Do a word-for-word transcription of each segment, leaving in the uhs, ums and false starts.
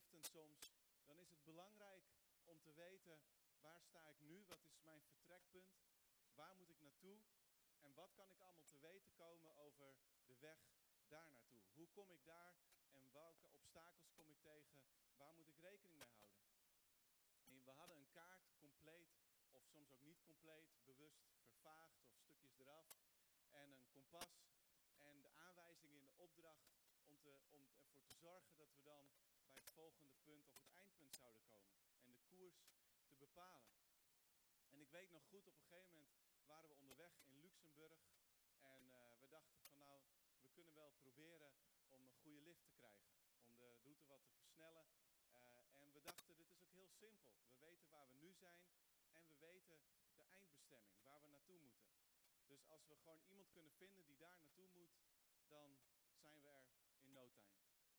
liften soms, dan is het belangrijk om te weten, waar sta ik nu? Wat is mijn vertrekpunt? Waar moet ik naartoe? En wat kan ik allemaal te weten komen over de weg daar naartoe? Hoe kom ik daar en welke obstakels kom ik tegen? Waar moet ik rekening mee houden? En we hadden een kaart compleet, of soms ook niet compleet, bewust vervaagd of stukjes eraf. En een kompas en de aanwijzingen in de opdracht om, te, om ervoor te zorgen dat we dan bij het volgende punt of het eindpunt zouden komen. En de koers te bepalen. En ik weet nog goed, op een gegeven moment waren we onderweg in Luxemburg. En uh, we dachten van nou, we kunnen wel proberen om een goede lift te krijgen. Om de route wat te versnellen. Uh, en we dachten, dit is ook heel simpel. We weten waar we nu zijn en we weten de eindbestemming, waar we naartoe moeten. Dus als we gewoon iemand kunnen vinden die daar naartoe moet, dan zijn we er in no time.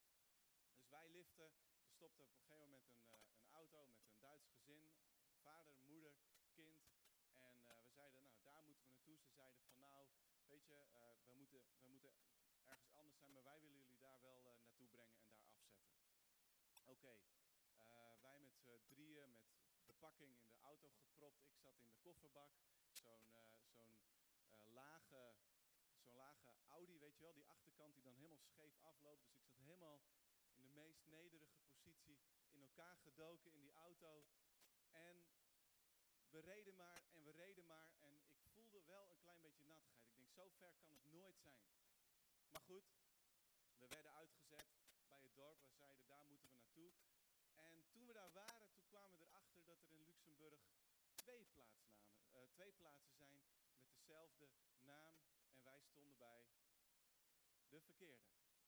Dus wij liften, er stopte op een gegeven moment een, uh, een auto met een Duits gezin, vader, moeder, kind. En uh, we zeiden, nou daar moeten we naartoe. Ze zeiden van nou, weet je, uh, we, moeten, we moeten ergens anders zijn, maar wij willen jullie daar wel uh, naartoe brengen en daar afzetten. Oké, okay. uh, wij met uh, drieën met bepakking in de auto gepropt. Ik zat in de kofferbak, zo'n uh, zo'n uh, lage, zo'n lage Audi, weet je wel, die achterkant die dan helemaal scheef afloopt. Dus ik zat helemaal in de meest nederige positie in elkaar gedoken in die auto. En we reden maar en we reden maar en ik voelde wel een klein beetje nattigheid. Ik denk, zo ver kan het nooit zijn. Maar goed, we werden uitgezet bij het dorp. We zeiden, daar moeten we naartoe. En toen we daar waren, toen kwamen we erachter dat er in Luxemburg twee plaatsnamen, uh, twee plaatsen zijn met dezelfde naam. En wij stonden bij de verkeerde.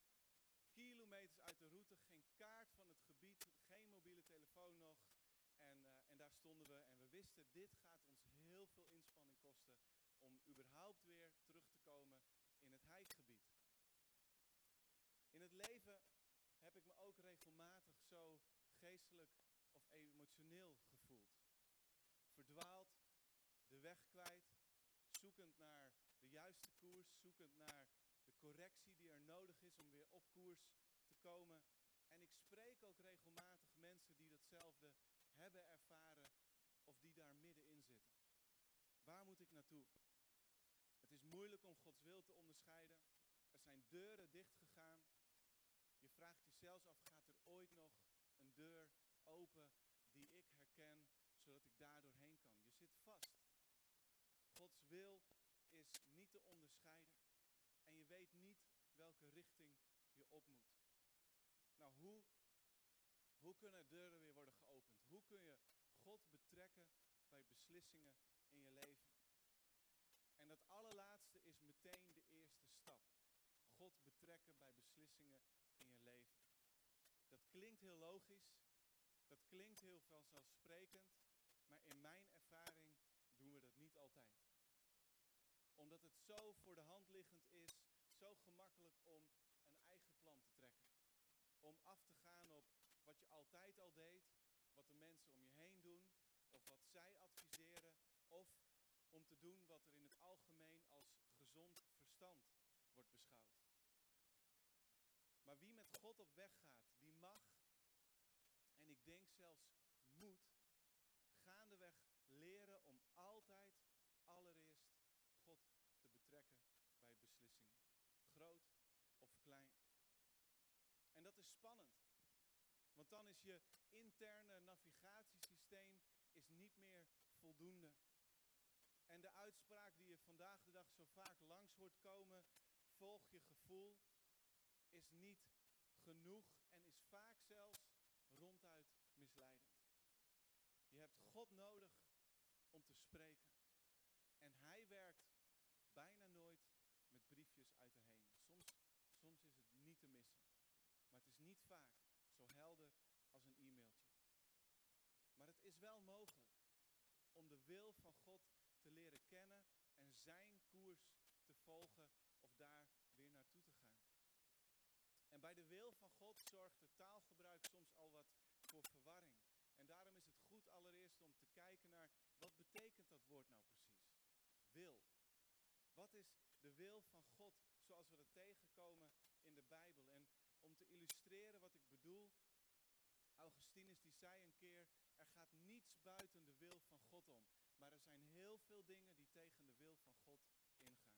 Kilometers uit de route, geen kaart van het gebied, geen mobiele telefoon nog. En, uh, en daar stonden we en we wisten, dit gaat ons heel veel inspanning kosten om überhaupt weer terug te komen in het hikegebied. In het leven heb ik me ook regelmatig zo geestelijk of emotioneel gevoeld. Verdwaald, de weg kwijt, zoekend naar de juiste koers, zoekend naar de correctie die er nodig is om weer op koers te komen. En ik spreek ook regelmatig mensen die datzelfde hebben ervaren of die daar middenin zitten. Waar moet ik naartoe? Het is moeilijk om Gods wil te onderscheiden. Er zijn deuren dichtgegaan. Je vraagt je zelfs af, gaat er ooit nog een deur open die ik herken, zodat ik daar doorheen kan? Je zit vast. Gods wil is niet te onderscheiden. En je weet niet welke richting je op moet. Nou, hoe, hoe kunnen deuren weer worden geopend? Hoe kun je God betrekken bij beslissingen in je leven? En dat allerlaatste is meteen de eerste stap. God betrekken bij beslissingen in je leven. Dat klinkt heel logisch. Dat klinkt heel vanzelfsprekend. Maar in mijn ervaring doen we dat niet altijd. Omdat het zo voor de hand liggend is, zo gemakkelijk om een eigen plan te trekken. Om af te gaan op wat je altijd al deed, wat de mensen om je heen doen, of wat zij adviseren, of om te doen wat er in het algemeen als gezond verstand wordt beschouwd. Maar wie met God op weg gaat, die mag, en ik denk zelfs moet, gaandeweg leren om altijd allereerst God te betrekken bij beslissingen. Groot of klein. En dat is spannend. Want dan is je interne navigatiesysteem is niet meer voldoende. En de uitspraak die je vandaag de dag zo vaak langs hoort komen, volg je gevoel, is niet genoeg en is vaak zelfs ronduit misleidend. Je hebt God nodig om te spreken. En hij werkt bijna nooit met briefjes uit de hemel. Soms, soms is het niet te missen. Maar het is niet vaak zo helder als een e-mailtje. Maar het is wel mogelijk om de wil van God te leren kennen en zijn koers te volgen of daar weer naartoe te gaan. En bij de wil van God zorgt het taalgebruik soms al wat voor verwarring. En daarom is het goed allereerst om te kijken naar, wat betekent dat woord nou precies? Wil. Wat is de wil van God zoals we dat tegenkomen in de Bijbel? En om te illustreren wat ik bedoel, Augustinus die zei een keer, er gaat niets buiten de wil van God om. Maar er zijn heel veel dingen die tegen de wil van God ingaan.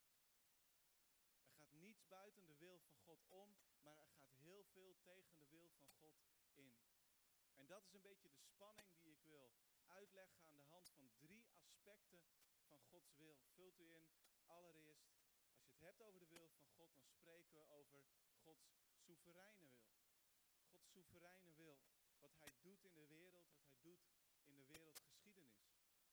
Er gaat niets buiten de wil van God om, maar er gaat heel veel tegen de wil van God in. En dat is een beetje de spanning die ik wil uitleggen aan de hand van drie aspecten van Gods wil. Vult u in, allereerst, als je het hebt over de wil van God, dan spreken we over Gods soevereine wil. Gods soevereine wil. Wat hij doet in de wereld, wat hij doet in de wereldgeschiedenis.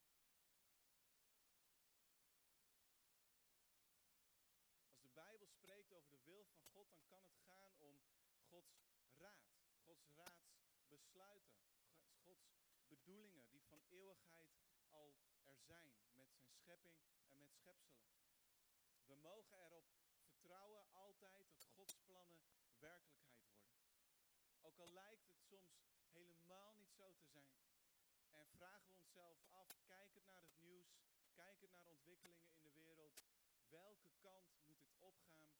Als de Bijbel spreekt over de wil van God, dan kan het gaan om Gods raad. Gods raadsbesluiten. Gods bedoelingen die van eeuwigheid al er zijn. Met zijn schepping en met schepselen. We mogen erop vertrouwen altijd dat Gods plannen werkelijkheid worden. Ook al lijkt het soms helemaal niet zo te zijn. En vragen we onszelf af, kijkend naar het nieuws, kijkend naar ontwikkelingen in de wereld, welke kant moet dit opgaan?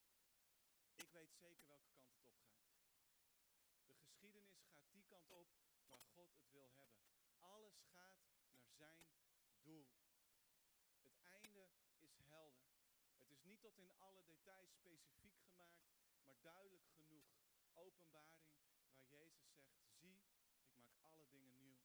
Ik weet zeker welke kant het opgaat. De geschiedenis gaat die kant op waar God het wil hebben. Alles gaat naar zijn doel. Het einde is helder. Het is niet tot in alle details specifiek gemaakt, maar duidelijk genoeg. Openbaring waar Jezus zegt, zie, ik maak alle dingen nieuw.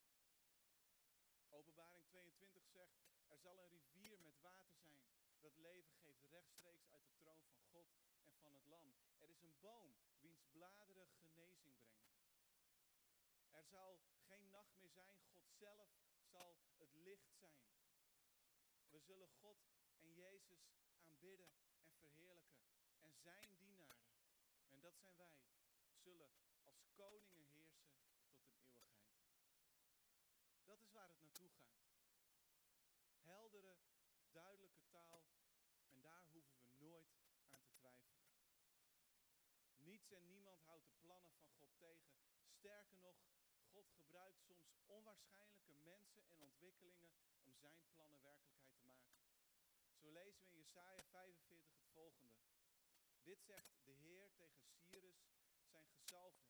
Openbaring tweeëntwintig zegt, er zal een rivier met water zijn dat leven geeft rechtstreeks uit de troon van God en van het lam. Er is een boom wiens bladeren genezing brengen. Er zal geen nacht meer zijn, God zelf zal het licht zijn. We zullen God en Jezus aanbidden en verheerlijken. En zijn dienaren, en dat zijn wij, zullen als koningen heersen tot een eeuwigheid. Dat is waar het naartoe gaat. Heldere, duidelijke taal en daar hoeven we nooit aan te twijfelen. Niets en niemand houdt de plannen van God tegen. Sterker nog, God gebruikt soms onwaarschijnlijke mensen en ontwikkelingen om zijn plannen werkelijkheid te maken. Zo lezen we in Jesaja vijfenveertig het volgende. Dit zegt de Heer tegen Cyrus, zijn gezalfde.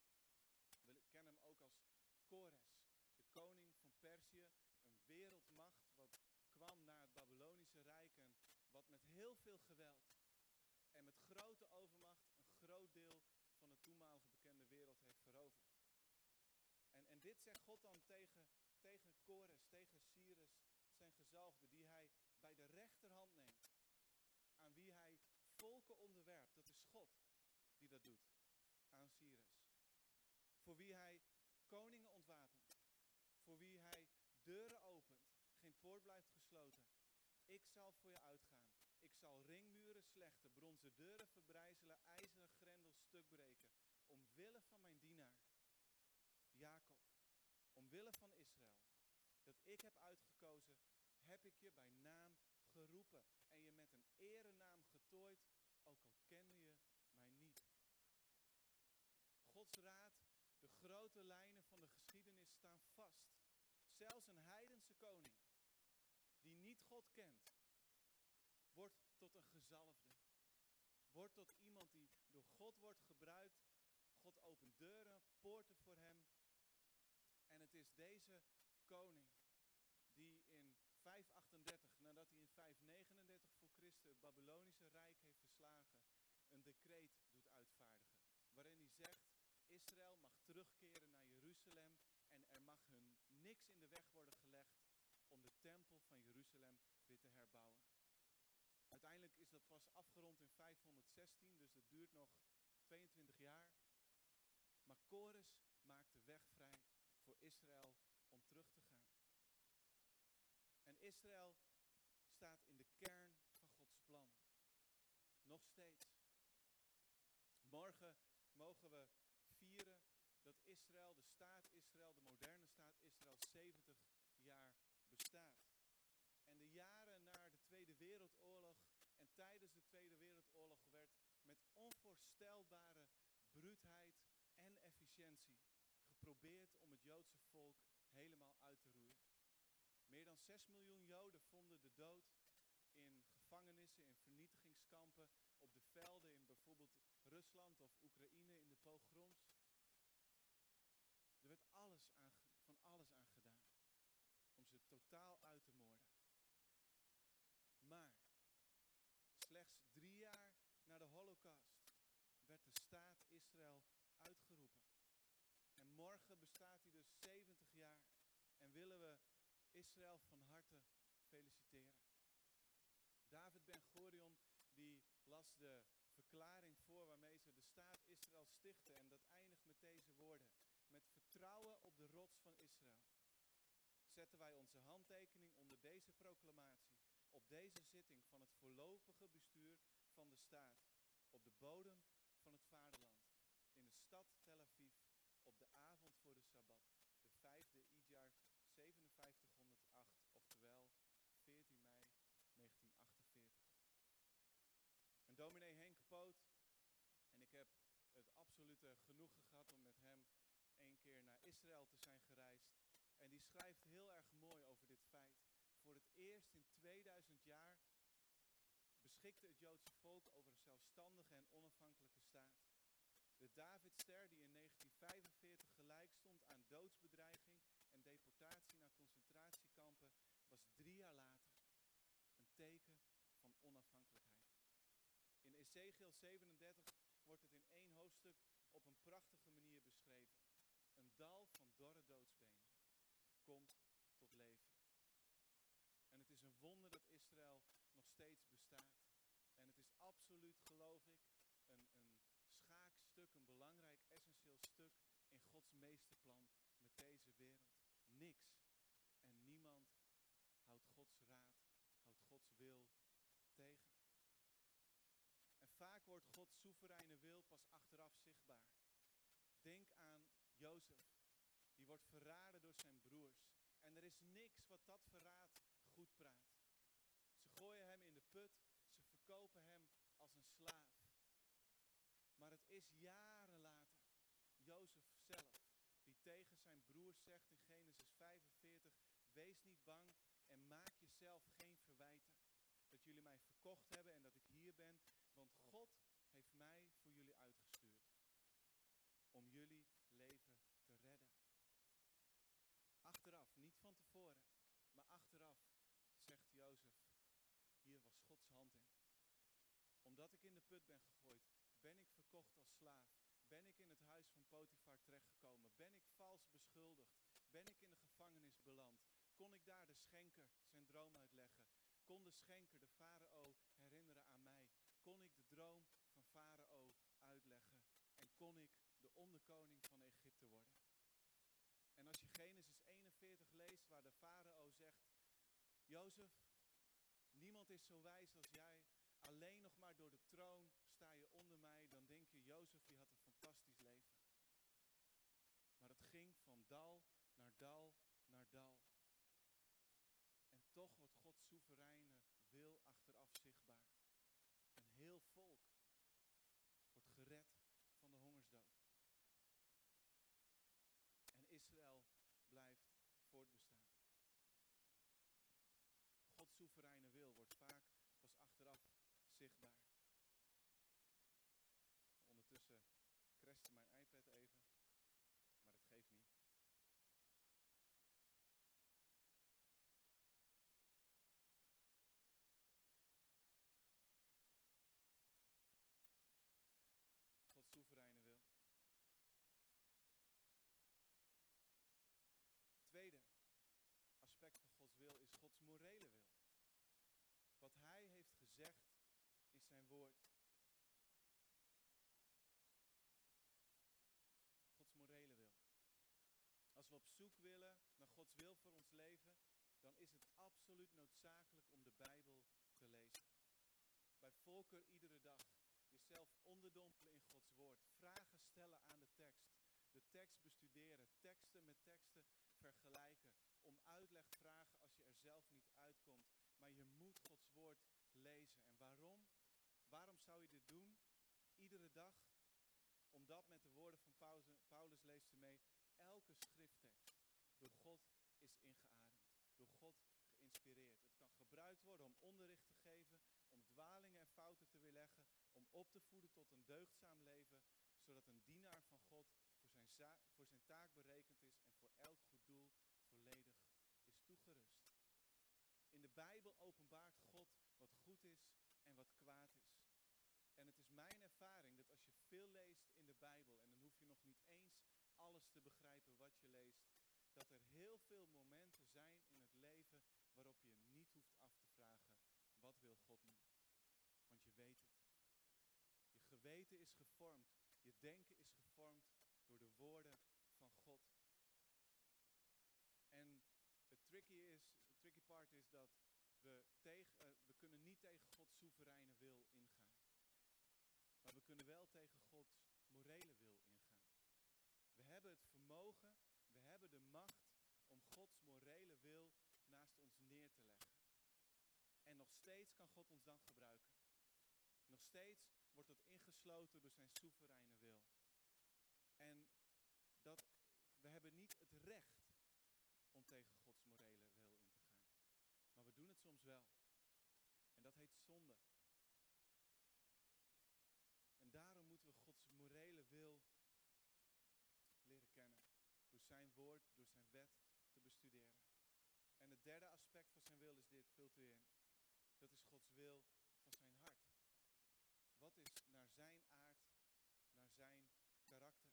We kennen hem ook als Kores, de koning van Perzië, een wereldmacht wat kwam naar het Babylonische Rijk en wat met heel veel geweld en met grote overmacht een groot deel van de toenmalige bekende wereld heeft veroverd. En, en dit zegt God dan tegen, tegen Kores, tegen Cyrus, zijn gezalfde, die hij bij de rechterhand neemt, aan wie hij volken onderwerpt. Dat is God die dat doet aan Cyrus. Voor wie hij koningen ontwapent. Voor wie hij deuren opent. Geen poort blijft gesloten. Ik zal voor je uitgaan. Ik zal ringmuren slechten, bronzen deuren verbrijzelen, ijzeren grendels stukbreken. Omwille van mijn dienaar, Jacob. Omwille van Israël, dat ik heb uitgekozen, heb ik je bij naam geroepen. En je met een erenaam getooid, ook al kende je mij niet. Gods raad, de grote lijnen van de geschiedenis staan vast. Zelfs een heidense koning, die niet God kent, wordt tot een gezalfde. Wordt tot iemand die door God wordt gebruikt. God opent deuren, poorten voor hem. En het is deze koning die in vijfhonderdachtendertig, nadat hij in vijfhonderdnegenendertig voor Christus het Babylonische Rijk heeft verslagen, een decreet doet uitvaardigen. Waarin hij zegt, Israël mag terugkeren naar Jeruzalem en er mag hun niks in de weg worden gelegd om de tempel van Jeruzalem weer te herbouwen. Uiteindelijk is dat pas afgerond in vijfhonderdzestien, dus dat duurt nog tweeëntwintig jaar. Maar Kores maakt de weg vrij voor Israël om terug te gaan. En Israël staat in de kern van Gods plan. Nog steeds. Morgen mogen we vieren dat Israël, de staat Israël, de moderne staat Israël, zeventig jaar bestaat. En de jaren na de Tweede Wereldoorlog en tijdens de Tweede Wereldoorlog werd met onvoorstelbare bruutheid en efficiëntie geprobeerd om het Joodse volk helemaal uit te roeien. Meer dan zes miljoen Joden vonden de dood in gevangenissen, in vernietigingskampen, op de velden in bijvoorbeeld Rusland of Oekraïne in de pogroms. werd alles aan, van alles aan gedaan om ze totaal uit te moorden. Maar slechts drie jaar na de Holocaust werd de staat Israël uitgeroepen. En morgen bestaat hij dus zeventig jaar en willen we Israël van harte feliciteren. David Ben-Gurion die las de verklaring voor waarmee ze de staat Israël stichten en dat eindigt met deze woorden. Met vertrouwen op de rots van Israël zetten wij onze handtekening onder deze proclamatie op deze zitting van het voorlopige bestuur van de staat op de bodem van het vaderland in de stad Tel Aviv op de avond voor de Sabbat, de vijfde Iyar zevenenvijftighonderdacht, oftewel veertien mei negentien achtenveertig. En dominee Henk Poot, en ik heb het absolute genoegen gehad om met hem één keer naar Israël te zijn gereisd. En die schrijft heel erg mooi over dit feit. Voor het eerst in tweeduizend jaar beschikte het Joodse volk over een zelfstandige en onafhankelijke staat. De Davidster die in negentien vijfenveertig gelijk stond aan doodsbedreiging en deportatie naar concentratiekampen, was drie jaar later een teken van onafhankelijkheid. In Ezechiel zevenendertig wordt het in één hoofdstuk op een prachtige manier beschreven. Een dal van dorre doodsbenen komt tot leven. En het is een wonder dat Israël nog steeds bestaat. En het is absoluut, geloof ik, een, een schaakstuk, een belangrijk, essentieel stuk in Gods meesterplan met deze wereld. Niks en niemand houdt Gods raad, houdt Gods wil tegen. En vaak wordt Gods soevereine wil pas achteraf zichtbaar. Denk aan Jozef, die wordt verraden door zijn broers. En er is niks wat dat verraad goed praat. Ze gooien hem in de put, ze verkopen hem als een slaaf. Maar het is jaren later, Jozef zelf, die tegen zijn broers zegt in Genesis vijfenveertig, wees niet bang en maak jezelf geen verwijten. Dat jullie mij verkocht hebben en dat ik hier ben, want God heeft mij voor jullie uitgestuurd. Om jullie leven te redden. Achteraf, niet van tevoren, maar achteraf zegt Jozef, hier was Gods hand in. Omdat ik in de put ben gegooid, ben ik verkocht als slaaf. Ben ik in het huis van Potifar terechtgekomen. Ben ik vals beschuldigd. Ben ik in de gevangenis beland. Kon ik daar de schenker zijn droom uitleggen. Kon de schenker de farao herinneren aan mij. Kon ik de droom van farao uitleggen. En kon ik de onderkoning van Egypte worden. En als je Genesis eenenveertig leest waar de farao zegt, Jozef, niemand is zo wijs als jij. Alleen nog maar door de troon sta je onder mij. Dan denk je, Jozef die had een fantastisch leven. Maar het ging van dal naar dal naar dal. En toch wordt Gods soevereine wil achteraf zichtbaar. Een heel volk wordt gered van de hongersdood. En Israël blijft voortbestaan. Gods soevereine wil wordt vaak pas achteraf zichtbaar. Ondertussen crashte mijn iPad even, maar dat geeft niet. Gods soevereine wil. Tweede aspect van Gods wil is Gods morele wil. Wat Hij heeft gezegd in zijn woord. Gods morele wil. Als we op zoek willen naar Gods wil voor ons leven, dan is het absoluut noodzakelijk om de Bijbel te lezen. Bij voorkeur iedere dag. Jezelf onderdompelen in Gods woord. Vragen stellen aan de tekst. De tekst bestuderen. Teksten met teksten vergelijken. Om uitleg vragen als je er zelf niet uitkomt. Maar je moet Gods woord lezen. En waarom? Waarom zou je dit doen? Iedere dag? Omdat met de woorden van Paulus, Paulus leest u mee. Elke schrifttekst door God is ingeademd. Door God geïnspireerd. Het kan gebruikt worden om onderricht te geven. Om dwalingen en fouten te weerleggen. Om op te voeden tot een deugdzaam leven. Zodat een dienaar van God voor zijn za- voor zijn taak berekend is en voor elk goed doel volledig is toegerust. In de Bijbel openbaart God wat goed is en wat kwaad is. En het is mijn ervaring dat als je veel leest in de Bijbel, en dan hoef je nog niet eens alles te begrijpen wat je leest, dat er heel veel momenten zijn in het leven waarop je niet hoeft af te vragen, wat wil God nu? Want je weet het. Je geweten is gevormd, je denken is gevormd door de woorden van God. En het tricky is, de tricky part is dat we, tegen, uh, we kunnen niet tegen Gods soevereine wil ingaan. Maar we kunnen wel tegen Gods morele wil ingaan. We hebben het vermogen, we hebben de macht om Gods morele wil naast ons neer te leggen. En nog steeds kan God ons dan gebruiken. Nog steeds wordt dat ingesloten door zijn soevereine wil. En dat, we hebben niet het recht om tegen Gods morele wil in te gaan. Maar we doen het soms wel. En dat heet zonde. En daarom moeten we Gods morele wil leren kennen. Door zijn woord, door zijn wet te bestuderen. En het derde aspect van zijn wil is dit, vult u in. Dat is Gods wil van zijn hart. Wat is naar zijn aard, naar zijn karakter?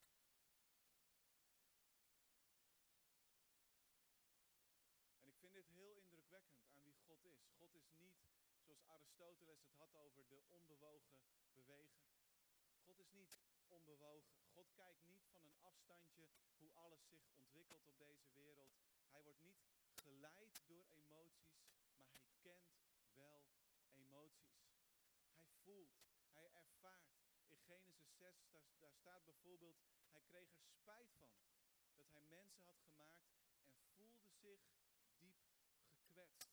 En ik vind dit heel indrukwekkend aan wie God is. God is niet, zoals Aristoteles het had over de onbewogen beweger. God is niet onbewogen. God kijkt niet van een afstandje hoe alles zich ontwikkelt op deze wereld. Hij wordt niet geleid door emoties, maar hij kent wel emoties. Hij voelt, hij ervaart. In Genesis zes, daar, daar staat bijvoorbeeld, hij kreeg er spijt van dat hij mensen had gemaakt en voelde zich diep gekwetst.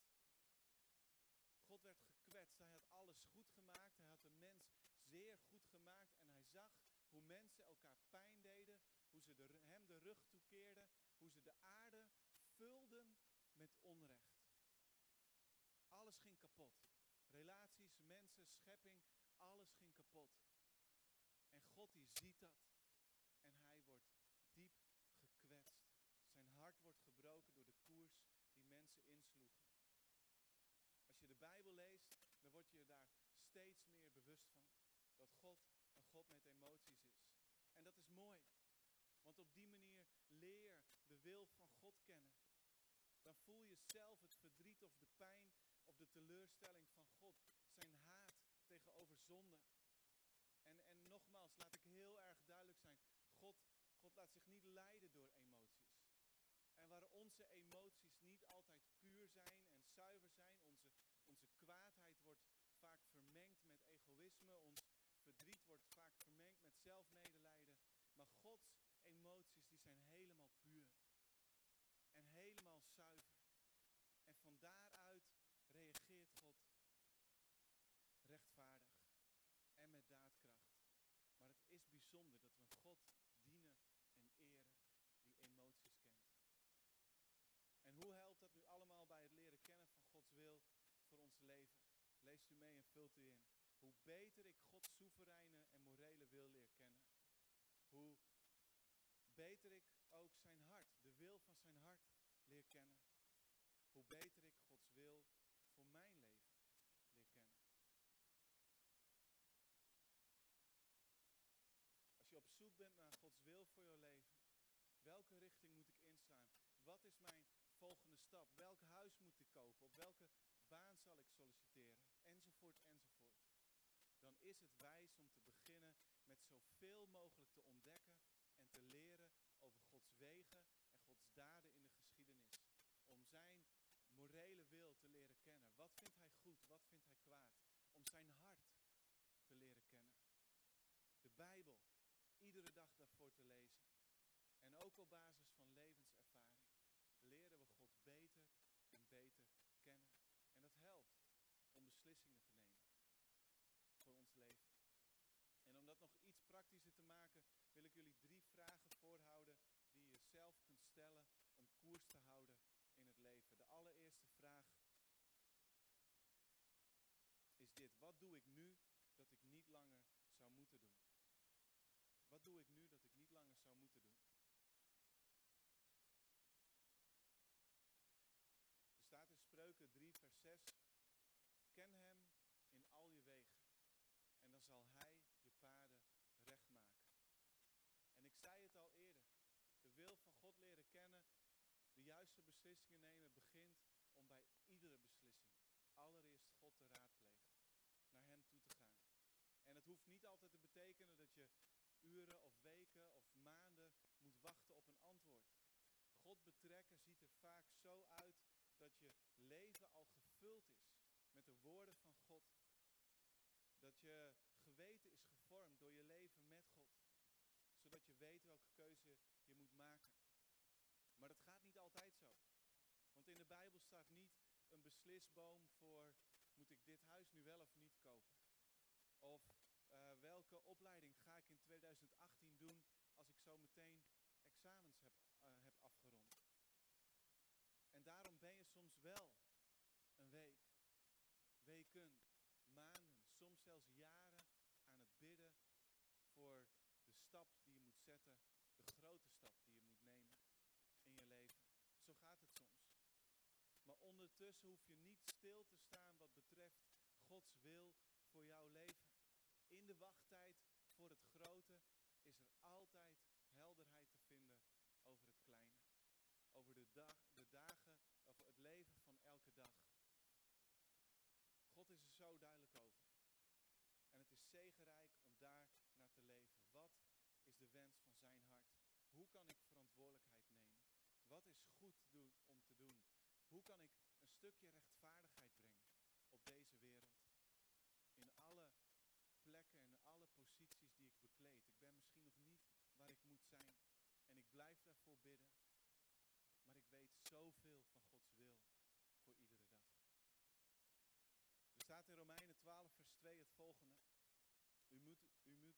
God werd gekwetst, hij had alles goed gemaakt, hij had de mens zeer goed gemaakt en hij zag hoe mensen elkaar pijn deden, hoe ze de, hem de rug toekeerden, hoe ze de aarde vulden met onrecht. Alles ging kapot. Relaties, mensen, schepping, alles ging kapot. En God die ziet dat en hij wordt diep gekwetst. Zijn hart wordt gebroken door de koers die mensen insloegen. Als je de Bijbel leest, dan word je daar steeds meer bewust van. Dat God een God met emoties is. En dat is mooi. Want op die manier leer de wil van God kennen. Dan voel je zelf het verdriet of de pijn of de teleurstelling van God. Zijn haat tegenover zonde. En, en nogmaals, laat ik heel erg duidelijk zijn. God, God laat zich niet leiden door emoties. En waar onze emoties niet altijd puur zijn en zuiver zijn. Onze, onze kwaadheid wordt vaak vermengd met egoïsme. Ons verdriet wordt vaak vermengd met zelfmedelijden. Maar Gods emoties die zijn helemaal puur. En helemaal zuiver. En van daaruit reageert God rechtvaardig. En met daadkracht. Maar het is bijzonder dat we een God dienen en eren die emoties kent. En hoe helpt dat nu allemaal bij het leren kennen van Gods wil voor ons leven? Leest u mee en vult u in. Hoe beter ik Gods soevereine en morele wil leer kennen. Hoe beter ik ook zijn hart, de wil van zijn hart leer kennen. Hoe beter ik Gods wil voor mijn leven leer kennen. Als je op zoek bent naar Gods wil voor je leven, welke richting moet ik inslaan? Wat is mijn volgende stap? Welk huis moet ik kopen? Op welke baan zal ik solliciteren? Enzovoort, enzovoort. Dan is het wijs om te beginnen met zoveel mogelijk te ontdekken en te leren over Gods wegen en Gods daden in de geschiedenis. Om zijn morele wil te leren kennen. Wat vindt hij goed? Wat vindt hij kwaad? Om zijn hart te leren kennen. De Bijbel, iedere dag daarvoor te lezen. En ook op basis van levenservaring leren we God beter en beter kennen. En dat helpt om beslissingen te nemen voor ons leven. En om dat nog iets praktischer te maken, wil ik jullie drie vragen voorhouden die je zelf kunt stellen om koers te houden in het leven. De allereerste vraag is dit. Wat doe ik nu dat ik niet langer zou moeten doen? Wat doe ik nu dat ik niet langer zou moeten doen? juiste beslissingen nemen begint om bij iedere beslissing allereerst God te raadplegen. Naar hem toe te gaan. En het hoeft niet altijd te betekenen dat je uren of weken of maanden moet wachten op een antwoord. God betrekken ziet er vaak zo uit dat je leven al gevuld is met de woorden van God. Dat je geweten is gevormd door je leven met God. Zodat je weet welke keuze je moet maken. Maar dat gaat niet altijd zo. Want in de Bijbel staat niet een beslisboom voor, moet ik dit huis nu wel of niet kopen? Of uh, welke opleiding ga ik in twintig achttien doen als ik zo meteen examens heb, uh, heb afgerond? En daarom ben je soms wel een week, weken, maanden, soms zelfs jaren aan het bidden voor de stap die je moet zetten, de grote stap die je moet nemen in je leven. Zo gaat het soms. Maar ondertussen hoef je niet stil te staan wat betreft Gods wil voor jouw leven. In de wachttijd voor het grote is er altijd helderheid te vinden over het kleine. Over de, dag, de dagen, over het leven van elke dag. God is er zo duidelijk over. En het is zegenrijk om daar naar te leven. Wat is de wens van zijn hart? Hoe kan ik verantwoordelijkheid nemen? Wat is goed doen, om te doen? Hoe kan ik een stukje rechtvaardigheid brengen op deze wereld? In alle plekken en alle posities die ik bekleed. Ik ben misschien nog niet waar ik moet zijn. En ik blijf daarvoor bidden. Maar ik weet zoveel van Gods wil voor iedere dag. Er staat in Romeinen twaalf vers twee het volgende. U moet, u moet,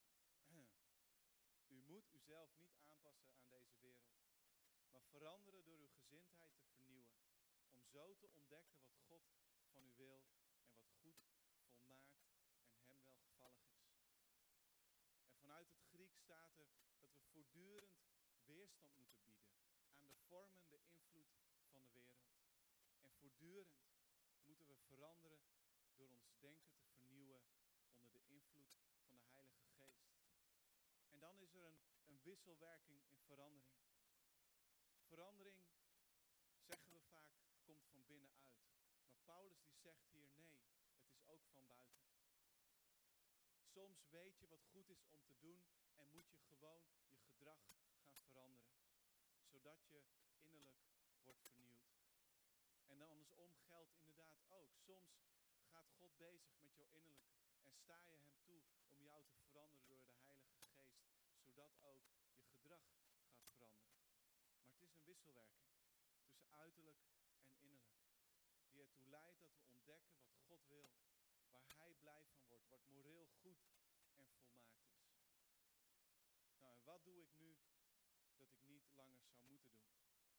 u moet uzelf niet aanpassen aan deze wereld. Maar veranderen door uw gezindheid te vernieuwen. Om zo te ontdekken wat God van u wil en wat goed, volmaakt en hem welgevallig is. En vanuit het Grieks staat er dat we voortdurend weerstand moeten bieden aan de vormende invloed van de wereld. En voortdurend moeten we veranderen door ons denken te vernieuwen onder de invloed van de Heilige Geest. En dan is er een, een wisselwerking in verandering. Verandering, zeggen we vaak, komt van binnenuit. Maar Paulus die zegt hier nee, het is ook van buiten. Soms weet je wat goed is om te doen en moet je gewoon je gedrag gaan veranderen. Zodat je innerlijk wordt vernieuwd. En dan andersom geldt inderdaad ook. Soms gaat God bezig met jouw innerlijk en sta je hem toe om jou te veranderen door de Heilige Geest. Zodat ook je gedrag gaat veranderen. Maar het is een wisselwerking tussen uiterlijk en innerlijk. Die ertoe leidt dat we ontdekken wat God wil. Waar hij blij van wordt. Wat moreel goed en volmaakt is. Nou, en wat doe ik nu dat ik niet langer zou moeten doen?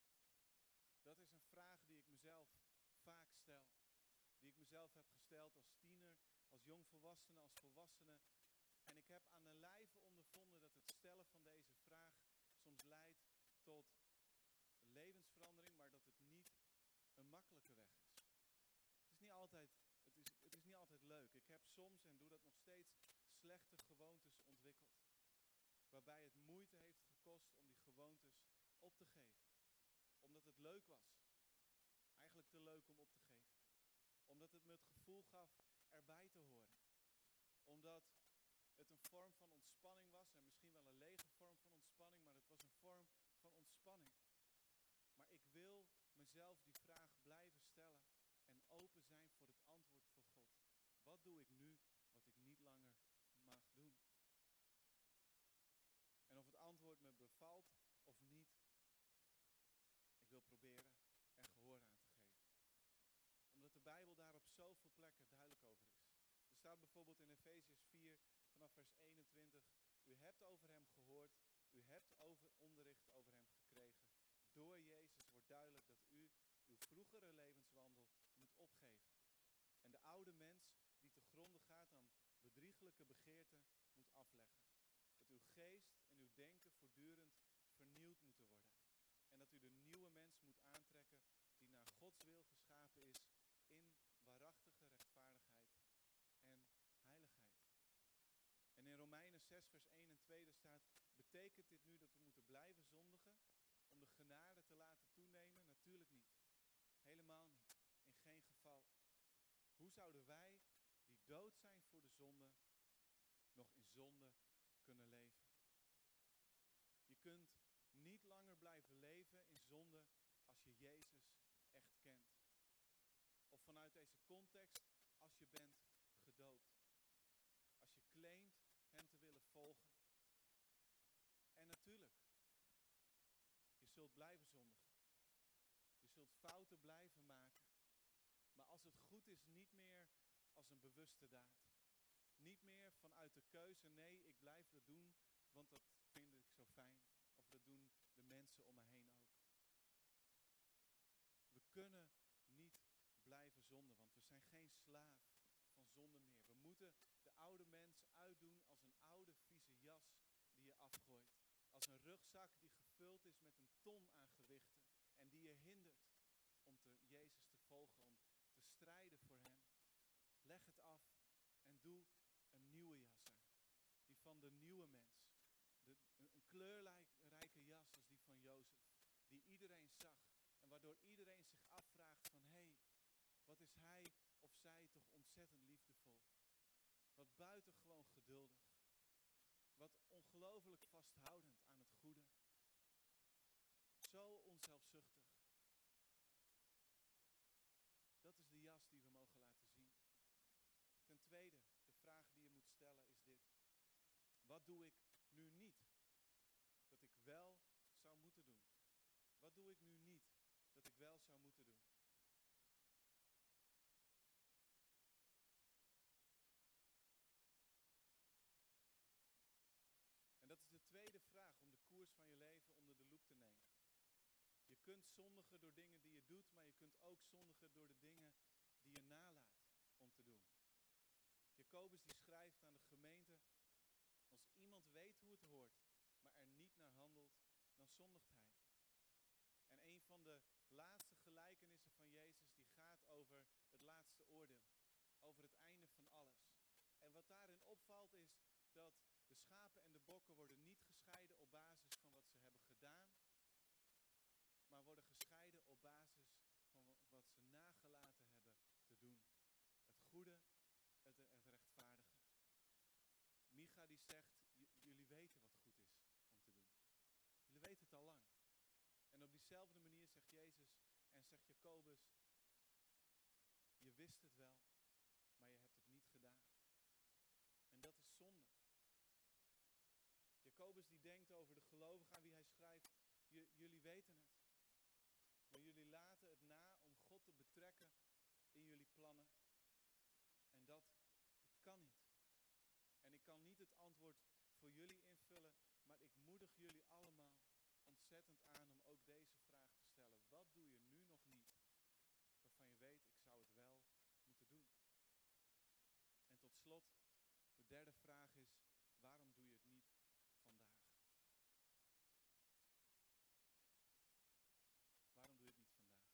Dat is een vraag die ik mezelf vaak stel. Die ik mezelf heb gesteld als tiener, als jongvolwassene, als volwassene. En ik heb aan de lijve ondervonden dat het stellen van deze vraag soms leidt tot levensverandering, maar dat het niet een makkelijke weg is. Het is niet altijd, het is, het is niet altijd leuk. Ik heb soms, en doe dat nog steeds, slechte gewoontes ontwikkeld. Waarbij het moeite heeft gekost om die gewoontes op te geven. Omdat het leuk was. Eigenlijk te leuk om op te geven. Omdat het me het gevoel gaf erbij te horen. Omdat het een vorm van ontspanning was. En misschien wel een lege vorm van ontspanning. Maar het was een vorm van ontspanning. Maar ik wil mezelf die vraag blijven stellen. En open zijn voor het antwoord voor God. Wat doe ik nu wat ik niet langer mag doen? En of het antwoord me bevalt of niet. Ik wil proberen er gehoor aan te geven. Omdat de Bijbel daar op zoveel plekken duidelijk over is. Er staat bijvoorbeeld in Efeziërs vier vanaf vers eenentwintig. U hebt over hem gehoord. U hebt over onderricht over hem gekregen. Door Jezus wordt duidelijk dat u uw vroegere levenswandel moet opgeven. En de oude mens die te gronde gaat aan bedriegelijke begeerten moet afleggen. Dat uw geest en uw denken voortdurend vernieuwd moeten worden. En dat u de nieuwe mens moet aantrekken die naar Gods wil geschapen is in waarachtige rechtvaardigheid en heiligheid. En in Romeinen zes vers één en twee staat, betekent dit nu dat we moeten blijven zondigen om de genade te laten toenemen? Natuurlijk Helemaal niet. In geen geval. Hoe zouden wij, die dood zijn voor de zonde, nog in zonde kunnen leven? Je kunt niet langer blijven leven in zonde als je Jezus echt kent. Of vanuit deze context, als je bent gedoopt. Als je claimt hem te willen volgen. En natuurlijk, je zult blijven zondigen. Je zult fouten blijven maken. Maar als het goed is, niet meer als een bewuste daad. Niet meer vanuit de keuze, nee, ik blijf dat doen, want dat vind ik zo fijn. Of dat doen de mensen om me heen ook. We kunnen niet blijven zonden, want we zijn geen slaaf van zonde meer. We moeten de oude mens uitdoen als een oude vieze jas die je afgooit. Als een rugzak die gevuld is met een ton aan gewichten en die je hindert om te Jezus te volgen, om te strijden voor hem. Leg het af en doe een nieuwe jas aan. Die van de nieuwe mens. De, een, een kleurrijke jas als die van Jozef. Die iedereen zag. En waardoor iedereen zich afvraagt van, hé, hey, wat is hij of zij toch ontzettend liefdevol. Wat buitengewoon geduldig. Wat ongelooflijk vasthoudend aan het goede. Zo onzelfzuchtig. Dat is de jas die we mogen laten zien. Ten tweede, de vraag die je moet stellen is dit. Wat doe ik nu niet dat ik wel zou moeten doen? Wat doe ik nu niet dat ik wel zou moeten doen? En dat is de tweede vraag om de koers van je leven onder de loep te nemen. Je kunt zondigen door dingen die je doet, maar je kunt ook zondigen door de dingen die je nalaat om te doen. Jacobus die schrijft aan de gemeente, als iemand weet hoe het hoort, maar er niet naar handelt, dan zondigt hij. En een van de laatste gelijkenissen van Jezus, die gaat over het laatste oordeel. Over het einde van alles. En wat daarin opvalt is dat de schapen en de bokken worden niet gescheiden op basis van wat ze hebben gedaan, maar worden gescheiden op basis van wat ze nagelaten hebben te doen. Het goede, het, het rechtvaardige. Micha die zegt, jullie weten wat goed is om te doen. Jullie weten het al lang. En op diezelfde manier zegt Jezus en zegt Jacobus, je wist het wel, maar je hebt het niet gedaan. En dat is zonde. Jacobus die denkt over de gelovigen aan wie hij schrijft, jullie weten het. Maar jullie laten het na om God te betrekken in jullie plannen. En dat, dat kan niet. En ik kan niet het antwoord voor jullie invullen, maar ik moedig jullie allemaal ontzettend aan om ook deze vraag te stellen. Wat doe je nu nog niet, waarvan je weet, ik zou het wel moeten doen? En tot slot, de derde vraag is, waarom doe je het niet vandaag? Waarom doe je het niet vandaag?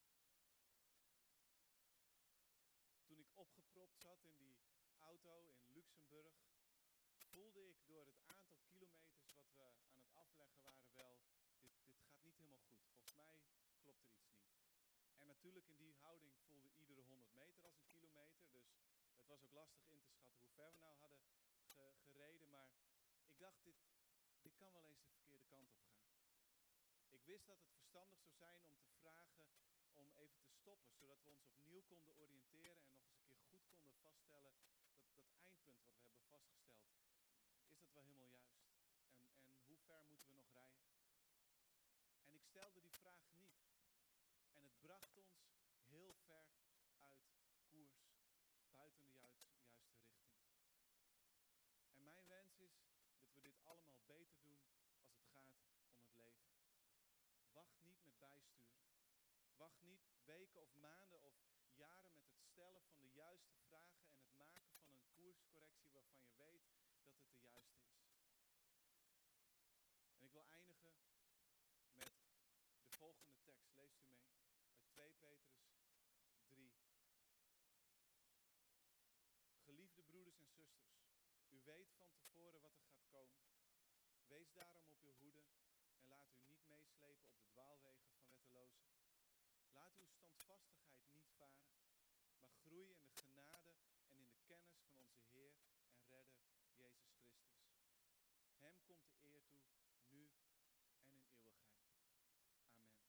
Toen ik opgepropt zat in die auto in Luxemburg, voelde ik door het aantal kilometers wat we aan het afleggen waren wel, dit, dit gaat niet helemaal goed. Volgens mij klopt er iets niet. En natuurlijk in die houding voelde iedere honderd meter als een kilometer. Dus het was ook lastig in te schatten hoe ver we nou hadden ge, gereden. Maar ik dacht, dit, dit kan wel eens de verkeerde kant op gaan. Ik wist dat het verstandig zou zijn om te vragen om even te stoppen. Zodat we ons opnieuw konden oriënteren en nog eens een keer goed konden vaststellen dat dat eindpunt wat we hebben vastgesteld, is dat wel helemaal juist? En, en hoe ver moeten we nog rijden? En ik stelde die vraag niet. En het bracht ons heel ver uit koers, buiten de juiste, juiste richting. En mijn wens is dat we dit allemaal beter doen als het gaat om het leven. Wacht niet met bijsturen. Wacht niet weken of maanden of jaren met het stellen van de juiste vragen en het maken van een koerscorrectie waarvan je weet dat het de juiste is. En ik wil eindigen met de volgende tekst. Leest u mee uit twee Petrus drie. Geliefde broeders en zusters, u weet van tevoren wat er gaat komen. Wees daarom op uw hoede en laat u niet meeslepen op de dwaalwegen van wettelozen. Laat laat uw standvastigheid niet varen, maar groei in de genade en in de kennis van onze Heer en Redder Jezus Christus. Hem komt de eer toe, nu en in eeuwigheid. Amen.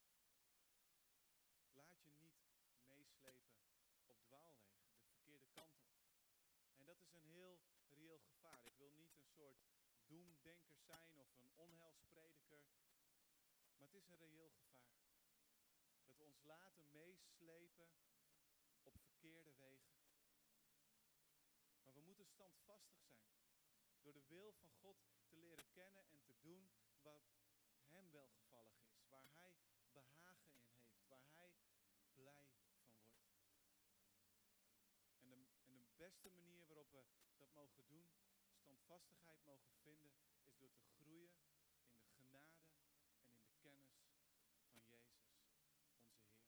Laat je niet meeslepen op dwaalwegen, de verkeerde kant op. En dat is een heel reëel gevaar. Ik wil niet een soort doemdenker zijn of een onheilsprediker, maar het is een reëel gevaar. Dat we ons laten meeslepen op verkeerde wegen. Maar we moeten standvastig zijn. Door de wil van God te leren kennen en te doen wat hem welgevallig is. Waar hij behagen in heeft. Waar hij blij van wordt. En de, en de beste manier waarop we dat mogen doen, standvastigheid mogen vinden, is door te groeien in de genade en in de kennis van Jezus, onze Heer.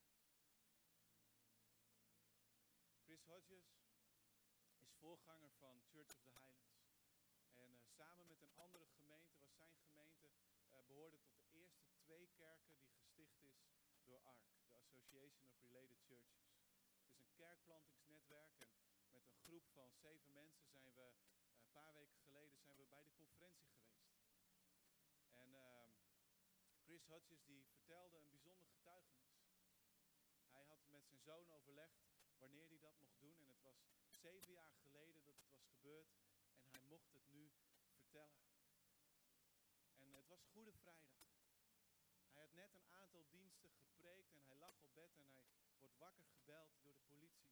Chris Hodges is voorganger van Church of the Highlands. En uh, samen met een andere gemeente was zijn gemeente uh, behoorde tot de eerste twee kerken die gesticht is door A R C, de Association of Related Churches. Het is een kerkplantingsnetwerk en met een groep van zeven mensen zijn we uh, een paar weken geleden zijn we bij de conferentie geweest. En uh, Chris Hodges die vertelde een bijzonder getuigenis. Hij had met zijn zoon overlegd wanneer hij dat mocht doen. En het was zeven jaar geleden dat het was gebeurd. En hij mocht het nu vertellen. En het was Goede Vrijdag. Hij had net een aantal diensten gepreekt en hij lag op bed en hij wordt wakker gebeld door de politie.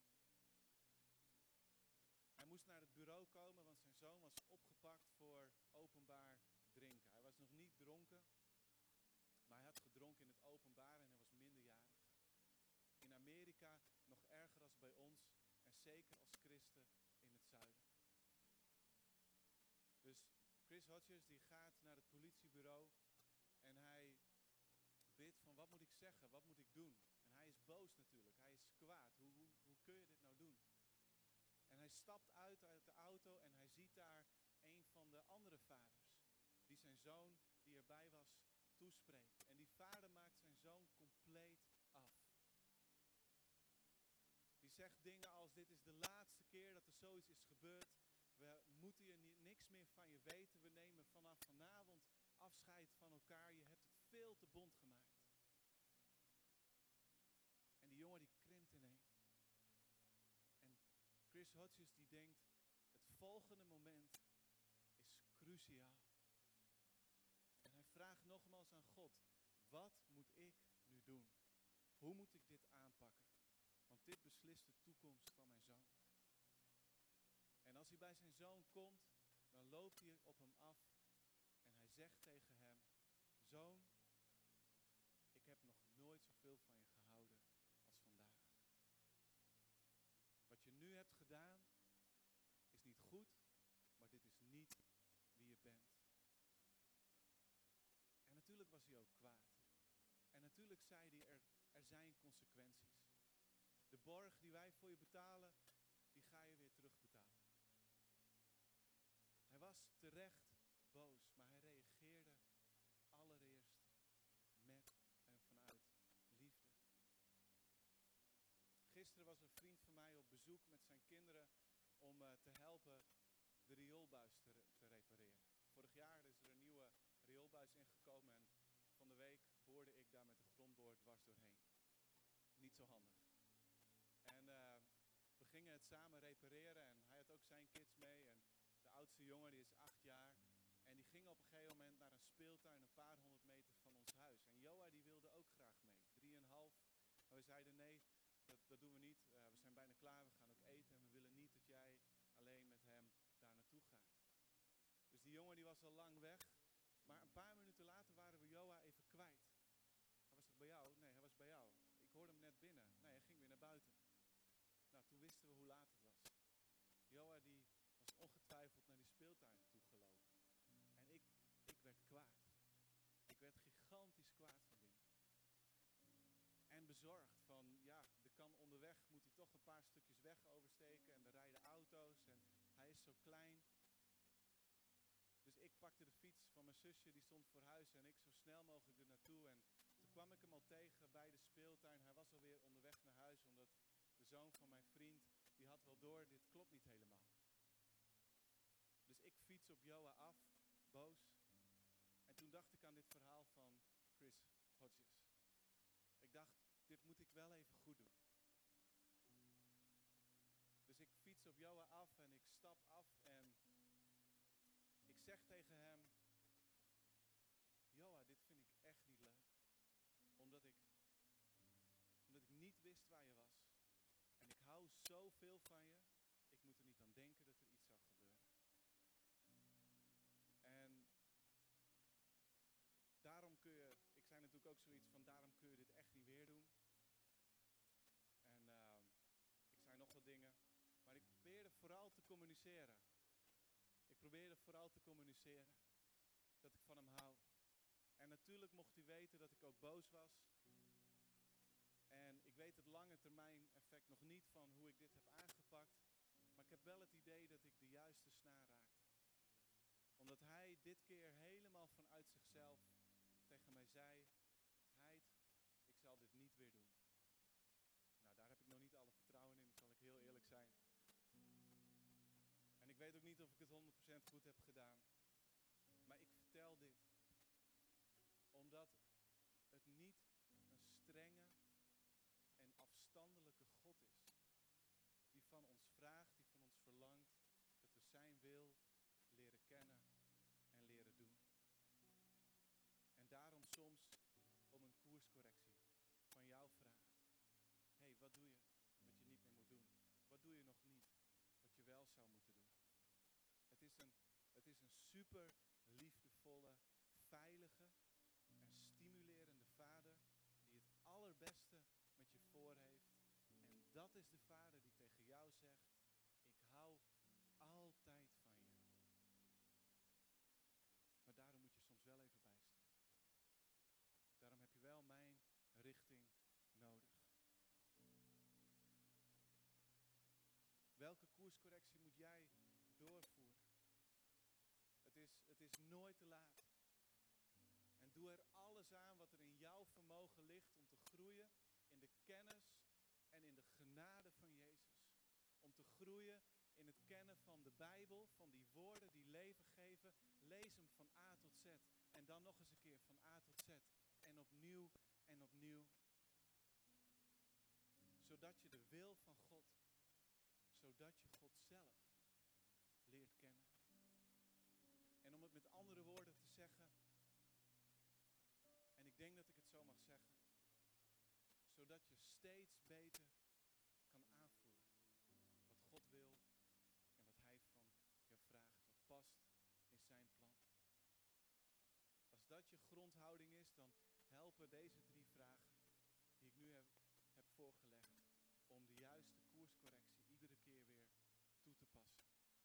Hij moest naar het bureau komen, want zijn zoon was opgepakt voor openbaar drinken. Hij was nog niet dronken, maar hij had gedronken in het openbaar en hij was minderjarig. In Amerika nog erger als bij ons en zeker als christen in het zuiden. Dus Chris Hodges die gaat naar het politiebureau en hij bidt van wat moet ik zeggen, wat moet ik doen? En hij is boos natuurlijk, hij is kwaad. Hoe, hoe, hoe kun je dit nou doen? En hij stapt uit uit de auto en hij ziet daar een van de andere vaders. Die zijn zoon, die erbij was, toespreekt. En die vader maakt zijn zoon compleet af. Die zegt dingen als dit is de laatste keer dat er zoiets is gebeurd. We moeten je ni- niks meer van je weten. We nemen vanaf vanavond afscheid van elkaar. Je hebt het veel te bont gemaakt. En die jongen die krimpt ineen. En Chris Hodges die denkt, het volgende moment is cruciaal. En hij vraagt nogmaals aan God, wat moet ik nu doen? Hoe moet ik dit aanpakken? Want dit beslist de toekomst van mijn zoon. En als hij bij zijn zoon komt, dan loopt hij op hem af en hij zegt tegen hem, zoon, ik heb nog nooit zoveel van je gehouden als vandaag. Wat je nu hebt gedaan is niet goed, maar dit is niet wie je bent. En natuurlijk was hij ook kwaad. En natuurlijk zei hij, er, er zijn consequenties. De borg die wij voor je betalen, die ga je weer terugbetalen. Hij was terecht boos, maar hij reageerde allereerst met en vanuit liefde. Gisteren was een vriend van mij op bezoek met zijn kinderen om uh, te helpen de rioolbuis te, re- te repareren. Vorig jaar is er een nieuwe rioolbuis ingekomen en van de week boorde ik daar met de grondboor dwars doorheen. Niet zo handig. En uh, we gingen het samen repareren en hij had ook zijn kids mee. En de oudste jongen die is acht jaar. En die ging op een gegeven moment naar een speeltuin een paar honderd meter van ons huis. En Joa die wilde ook graag mee. Drieënhalf. Maar we zeiden nee, dat, dat doen we niet. Uh, we zijn bijna klaar, we gaan ook eten. En we willen niet dat jij alleen met hem daar naartoe gaat. Dus die jongen die was al lang weg. Maar een paar minuten later waren we Joa even kwijt. Hij was toch bij jou? Nee, hij was bij jou. Ik hoorde hem net binnen. Nee, hij ging weer naar buiten. Nou, toen wisten we hoe laat het was. Joa die was ongetwijfeld naar die speeltuin toegelopen. En ik, ik werd kwaad. Ik werd gigantisch kwaad van binnen. En bezorgd van, ja, er kan onderweg, moet hij toch een paar stukjes weg oversteken. En er rijden auto's en hij is zo klein. Dus ik pakte de fiets van mijn zusje, die stond voor huis. En ik zo snel mogelijk er naartoe. En toen kwam ik hem al tegen bij de speeltuin. Hij was alweer onderweg naar huis, omdat de zoon van mijn vriend, die had wel door, dit klopt niet helemaal. Dus ik fiets op Joah af, boos. En toen dacht ik aan dit verhaal van Chris Hodges. Ik dacht, dit moet ik wel even goed doen. Dus ik fiets op Joah af en ik stap af en ik zeg tegen hem: Joah, dit vind ik echt niet leuk. Omdat ik, omdat ik niet wist waar je was. En ik hou zoveel van je. Ik moet er niet aan denken dat er iets zou gebeuren. En daarom kun je, ik zei natuurlijk ook zoiets van, daarom kun je dit echt niet weer doen. En uh, ik zei nog wat dingen. Maar ik probeerde vooral te communiceren. Ik probeerde vooral te communiceren. Dat ik van hem hou. En natuurlijk mocht hij weten dat ik ook boos was. En ik weet het lange termijn effect nog niet van hoe ik dit heb aangepakt. Maar ik heb wel het idee dat ik de juiste snaar raakte. Omdat hij dit keer helemaal vanuit zichzelf tegen mij zei: Heid, ik zal dit niet weer doen. Nou, daar heb ik nog niet alle vertrouwen in, zal ik heel eerlijk zijn. En ik weet ook niet of ik het honderd procent goed heb gedaan. Maar ik vertel dit omdat het niet een strenge en afstandelijke God is. Die van ons vraagt, die van ons verlangt dat we zijn wil leren kennen en leren doen. En daarom soms om een koerscorrectie van jou vraagt. Hé, hey, wat doe je wat je niet meer moet doen? Wat doe je nog niet wat je wel zou moeten doen? Het is een, het is een super liefdevolle, veilige en stimulerende vader die het allerbeste met je voor heeft. En dat is de vader die tegen jou zegt: ik hou altijd van je. Maar daarom moet je soms wel even bijstaan. Daarom heb je wel mijn richting nodig. Welke koerscorrectie moet jij doorvoeren? Het is, het is nooit te laat. En doe er alles aan wat er in jouw vermogen ligt om te groeien in de kennis en in de genade van Jezus. Om te groeien in het kennen van de Bijbel, van die woorden die leven geven. Lees hem van A tot Z. En dan nog eens een keer van A tot Z. En opnieuw en opnieuw. Zodat je de wil van God, zodat je God zelf leert kennen. En om het met andere woorden te zeggen, en ik denk dat ik het zo mag zeggen, zodat je steeds beter kan aanvoelen wat God wil en wat Hij van je vraagt, wat past in zijn plan. Als dat je grondhouding is, dan helpen deze drie vragen die ik nu heb, heb voorgelegd om de juiste koerscorrectie iedere keer weer toe te passen.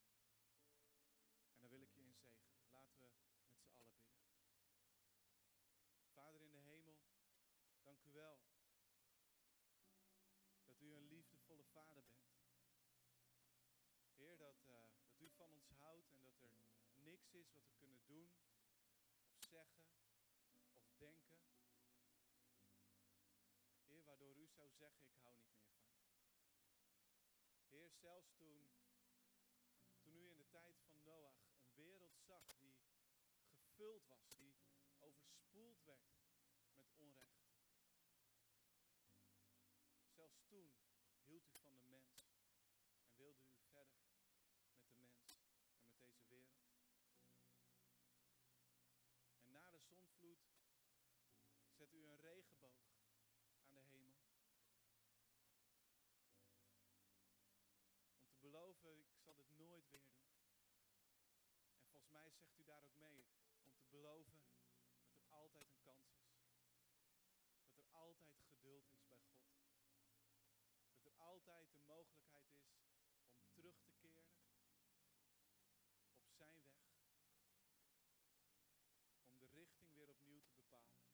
En dan wil ik je in zegenen. Laten we met z'n allen bidden. Vader in de hemel, dank u wel dat u een liefdevolle vader bent. Heer, dat, uh, dat u van ons houdt en dat er niks is wat we kunnen doen of zeggen of denken. Heer, waardoor u zou zeggen, ik hou niet meer van je. Heer, zelfs toen, toen u in de tijd van Noach een wereld zag die gevuld was, die overspoeld werd met onrecht. Zelfs toen hield u van de mens en wilde u verder met de mens en met deze wereld. En na de zondvloed zet u een regenboog aan de hemel. Om te beloven, ik zal dit nooit weer doen. En volgens mij zegt u daar ook mee, om te beloven dat er altijd een kans is. Dat er altijd geduld is bij God. Dat er altijd de mogelijkheid is om terug te keren op zijn weg. Om de richting weer opnieuw te bepalen.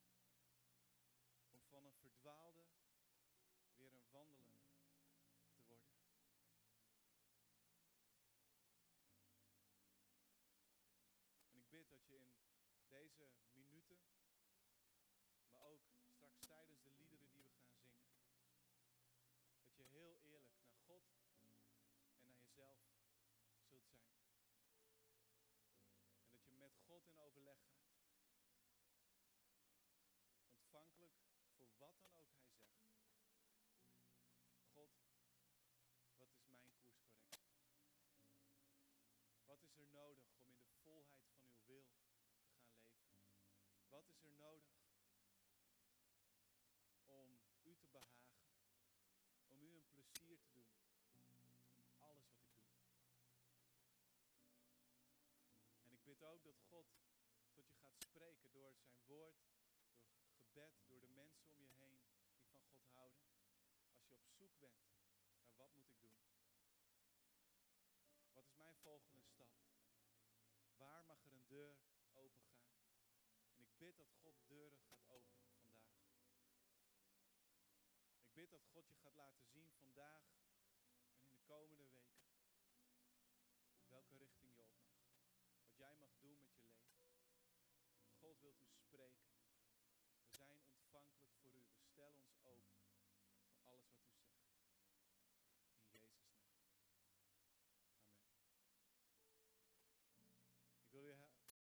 Om van een verdwaalde weer een wandelende te worden. En ik bid dat je in deze minuten, maar ook er nodig om in de volheid van uw wil te gaan leven? Wat is er nodig om u te behagen? Om u een plezier te doen in alles wat ik doe. En ik bid ook dat God tot je gaat spreken door zijn woord, door gebed, door de mensen om je heen die van God houden. Als je op zoek bent naar wat moet ik doen? Wat is mijn volgende stap? Waar mag er een deur open gaan? En ik bid dat God deuren gaat openen vandaag. Ik bid dat God je gaat laten zien vandaag en in de komende weken welke richting je op mag. Wat jij mag doen met je leven. God wilt u spreken. We zijn ontvankelijk voor u. We stellen ons